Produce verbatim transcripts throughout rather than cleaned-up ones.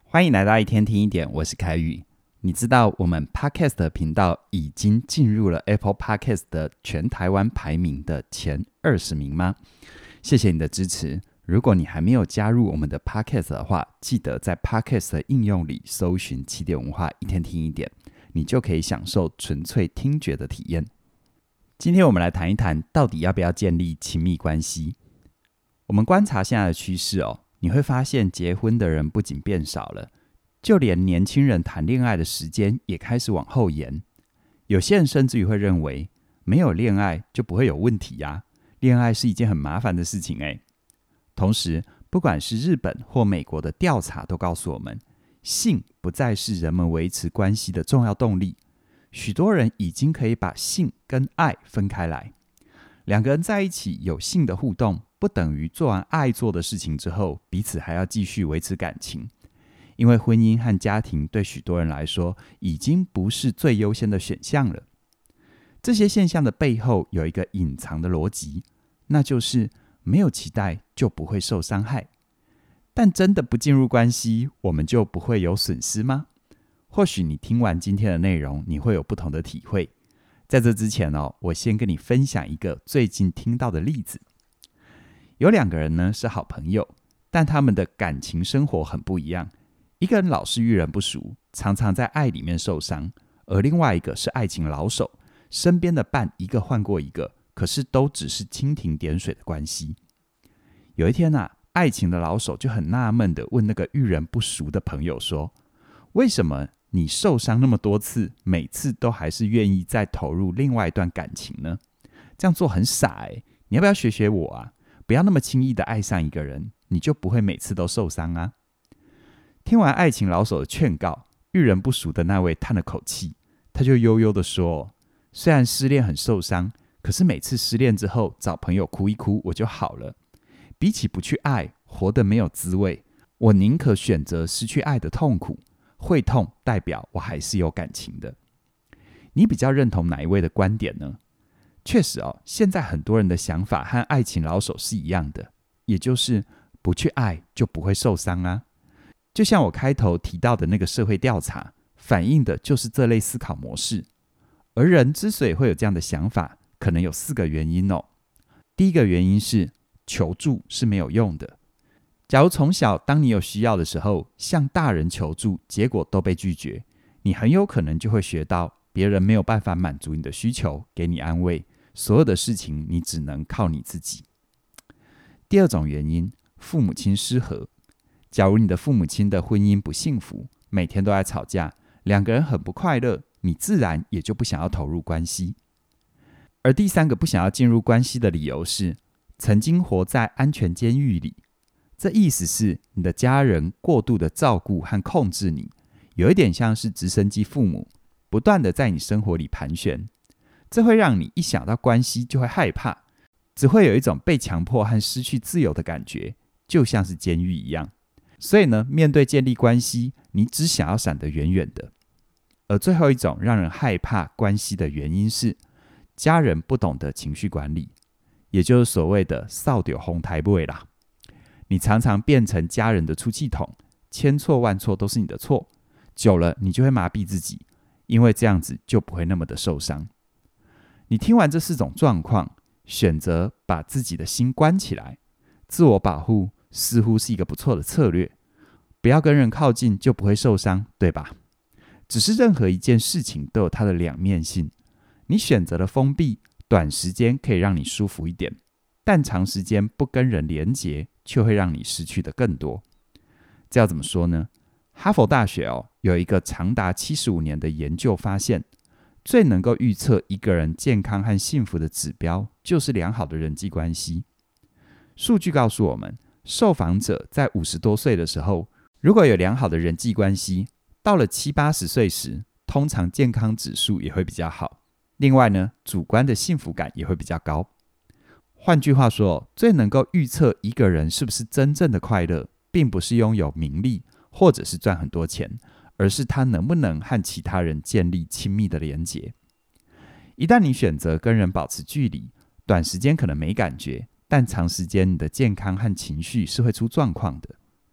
欢迎来到一天听一点，我是凯宇。你知道我们 Podcast 的频道已经进入了 Apple Podcast 的全台湾排名的前二十名吗？谢谢你的支持。如果你还没有加入我们的 Podcast 的话，记得在 Podcast 的应用里搜寻起点文化一天听一点，你就可以享受纯粹听觉的体验。今天我们来谈一谈，到底要不要建立亲密关系。我们观察现在的趋势哦，你会发现结婚的人不仅变少了，就连年轻人谈恋爱的时间也开始往后延。有些人甚至于会认为，没有恋爱就不会有问题呀、啊，恋爱是一件很麻烦的事情诶。同时，不管是日本或美国的调查都告诉我们，性不再是人们维持关系的重要动力。许多人已经可以把性跟爱分开来。两个人在一起有性的互动，不等于做完爱做的事情之后，彼此还要继续维持感情。因为婚姻和家庭对许多人来说，已经不是最优先的选项了。这些现象的背后有一个隐藏的逻辑，那就是没有期待就不会受伤害。但真的不进入关系，我们就不会有损失吗？或许你听完今天的内容，你会有不同的体会。在这之前哦，我先跟你分享一个最近听到的例子。有两个人呢是好朋友，但他们的感情生活很不一样。一个人老是遇人不淑，常常在爱里面受伤，而另外一个是爱情老手，身边的伴一个换过一个，可是都只是蜻蜓点水的关系。有一天啊，爱情的老手就很纳闷的问那个遇人不淑的朋友说，为什么你受伤那么多次，每次都还是愿意再投入另外一段感情呢？这样做很傻欸，你要不要学学我啊？不要那么轻易的爱上一个人，你就不会每次都受伤啊。听完爱情老手的劝告，遇人不淑的那位叹了口气，他就悠悠的说，虽然失恋很受伤，可是每次失恋之后找朋友哭一哭我就好了。比起不去爱，活得没有滋味，我宁可选择失去爱的痛苦，会痛代表我还是有感情的。你比较认同哪一位的观点呢？确实哦，现在很多人的想法和爱情老手是一样的，也就是不去爱就不会受伤啊。就像我开头提到的那个社会调查，反映的就是这类思考模式。而人之所以会有这样的想法，可能有四个原因哦。第一个原因是求助是没有用的。假如从小当你有需要的时候，向大人求助，结果都被拒绝，你很有可能就会学到别人没有办法满足你的需求，给你安慰，所有的事情你只能靠你自己。第二种原因，父母亲失和。假如你的父母亲的婚姻不幸福，每天都在吵架，两个人很不快乐，你自然也就不想要投入关系。而第三个不想要进入关系的理由是，曾经活在安全监狱里。这意思是你的家人过度的照顾和控制你，有一点像是直升机父母，不断的在你生活里盘旋。这会让你一想到关系就会害怕，只会有一种被强迫和失去自由的感觉，就像是监狱一样。所以呢，面对建立关系，你只想要闪得远远的。而最后一种让人害怕关系的原因是，家人不懂得情绪管理，也就是所谓的扫到风台尾啦。你常常变成家人的出气筒，千错万错都是你的错，久了你就会麻痹自己，因为这样子就不会那么的受伤。你听完这四种状况，选择把自己的心关起来，自我保护似乎是一个不错的策略。不要跟人靠近就不会受伤，对吧？只是任何一件事情都有它的两面性。你选择了封闭，短时间可以让你舒服一点，但长时间不跟人连结，却会让你失去的更多。这要怎么说呢？哈佛大学哦，有一个长达七十五年的研究发现，最能够预测一个人健康和幸福的指标，就是良好的人际关系。数据告诉我们，受访者在五十多岁的时候，如果有良好的人际关系，到了七八十岁时，通常健康指数也会比较好。另外呢，主观的幸福感也会比较高。换句话说，最能够预测一个人是不是真正的快乐，并不是拥有名利或者是赚很多钱，而是他能不能和其他人建立亲密的连结。一旦你选择跟人保持距离，短时间可能没感觉，但长时间你的健康和情绪是会出状况的。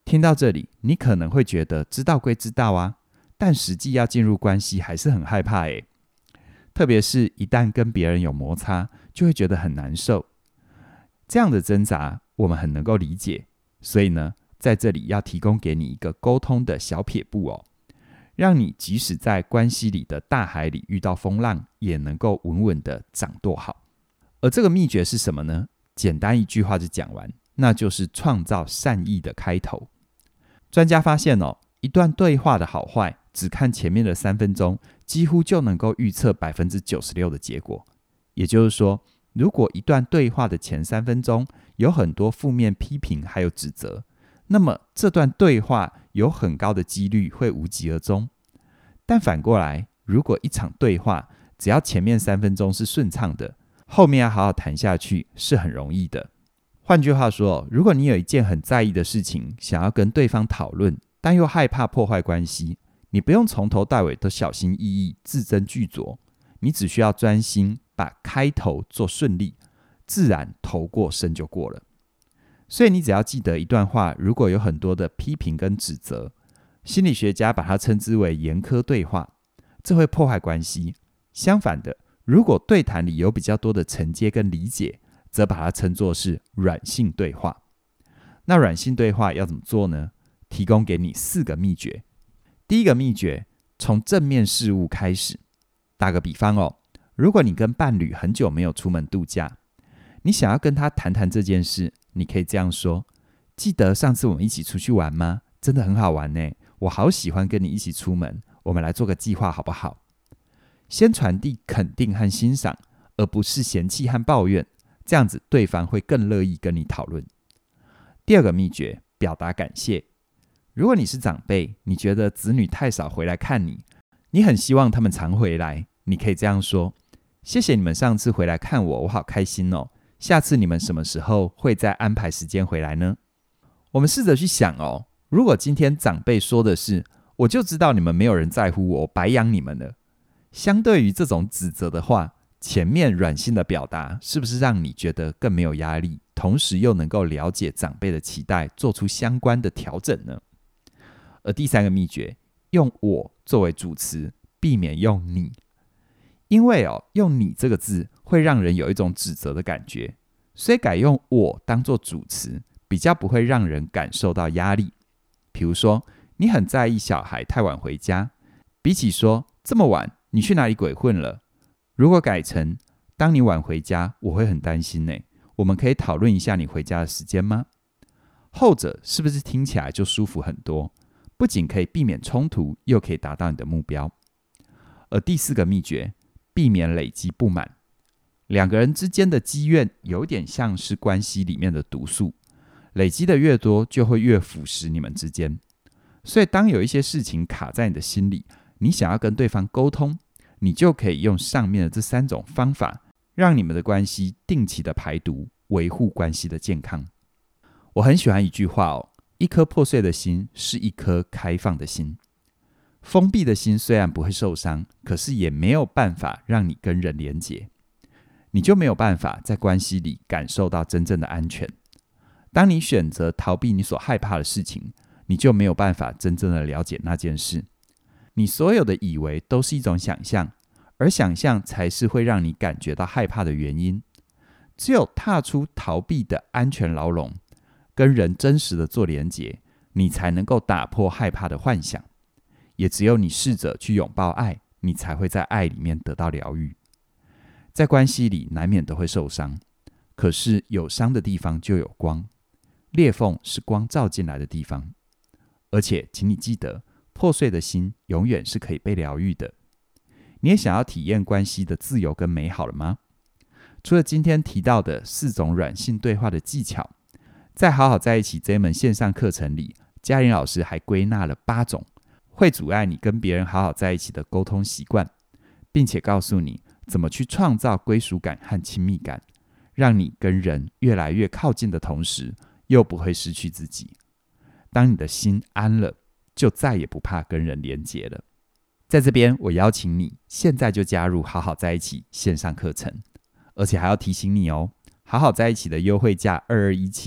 听到这里，你可能会觉得知道归知道啊，但实际要进入关系还是很害怕耶。特别是一旦跟别人有摩擦，就会觉得很难受。这样的挣扎我们很能够理解，所以呢，在这里要提供给你一个沟通的小撇步哦，让你即使在关系里的大海里遇到风浪，也能够稳稳的掌舵好。而这个秘诀是什么呢？简单一句话就讲完，那就是创造善意的开头。专家发现哦，一段对话的好坏，只看前面的三分钟，几乎就能够预测 百分之九十六 的结果。也就是说，如果一段对话的前三分钟有很多负面批评还有指责，那么这段对话有很高的几率会无疾而终。但反过来，如果一场对话只要前面三分钟是顺畅的，后面要好好谈下去是很容易的。换句话说，如果你有一件很在意的事情想要跟对方讨论，但又害怕破坏关系，你不用从头到尾都小心翼翼、字斟句酌，你只需要专心把开头做顺利，自然头过身就过了。所以你只要记得一段话如果有很多的批评跟指责，心理学家把它称之为严苛对话，这会破坏关系。相反的，如果对谈里有比较多的承接跟理解，则把它称作是软性对话。那软性对话要怎么做呢？提供给你四个秘诀。第一个秘诀，从正面事物开始。打个比方哦，如果你跟伴侣很久没有出门度假，你想要跟他谈谈这件事，你可以这样说：记得上次我们一起出去玩吗？真的很好玩呢，我好喜欢跟你一起出门，我们来做个计划好不好？先传递肯定和欣赏，而不是嫌弃和抱怨，这样子对方会更乐意跟你讨论。第二个秘诀，表达感谢。如果你是长辈，你觉得子女太少回来看你，你很希望他们常回来，你可以这样说：谢谢你们上次回来看我，我好开心哦，下次你们什么时候会再安排时间回来呢？我们试着去想哦，如果今天长辈说的是我就知道你们没有人在乎我，我白养你们了，相对于这种指责的话，前面软性的表达是不是让你觉得更没有压力，同时又能够了解长辈的期待，做出相关的调整呢？而第三个秘诀，用我作为主词，避免用你。因为哦，用你这个字会让人有一种指责的感觉，所以改用我当作主词，比较不会让人感受到压力。比如说，你很在意小孩太晚回家，比起说这么晚你去哪里鬼混了，如果改成当你晚回家我会很担心呢，我们可以讨论一下你回家的时间吗？后者是不是听起来就舒服很多？不仅可以避免冲突，又可以达到你的目标。而第四个秘诀，避免累积不满。两个人之间的积怨有点像是关系里面的毒素，累积的越多，就会越腐蚀你们之间。所以当有一些事情卡在你的心里，你想要跟对方沟通，你就可以用上面的这三种方法，让你们的关系定期的排毒，维护关系的健康。我很喜欢一句话哦，一颗破碎的心是一颗开放的心。封闭的心虽然不会受伤，可是也没有办法让你跟人连结，你就没有办法在关系里感受到真正的安全。当你选择逃避你所害怕的事情，你就没有办法真正的了解那件事。你所有的以为都是一种想象，而想象才是会让你感觉到害怕的原因。只有踏出逃避的安全牢笼，跟人真实的做连结，你才能够打破害怕的幻想。也只有你试着去拥抱爱，你才会在爱里面得到疗愈。在关系里难免都会受伤，可是有伤的地方就有光，裂缝是光照进来的地方。而且请你记得，破碎的心永远是可以被疗愈的。你也想要体验关系的自由跟美好了吗？除了今天提到的四种软性对话的技巧，在好好在一起这一门线上课程里，嘉玲老师还归纳了八种会阻碍你跟别人好好在一起的沟通习惯，并且告诉你怎么去创造归属感和亲密感，让你跟人越来越靠近的同时，又不会失去自己。当你的心安了，就再也不怕跟人连结了。在这边，我邀请你现在就加入好好在一起线上课程，而且还要提醒你哦，好好在一起的优惠价二二一七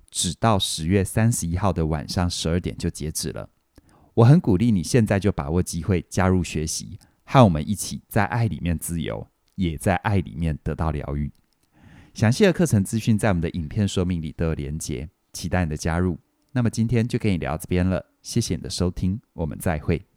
只到十月三十一号的晚上十二点就截止了。我很鼓励你现在就把握机会加入学习，和我们一起在爱里面自由，也在爱里面得到疗愈。详细的课程资讯在我们的影片说明里都有连结，期待你的加入。那么今天就跟你聊这边了，谢谢你的收听，我们再会。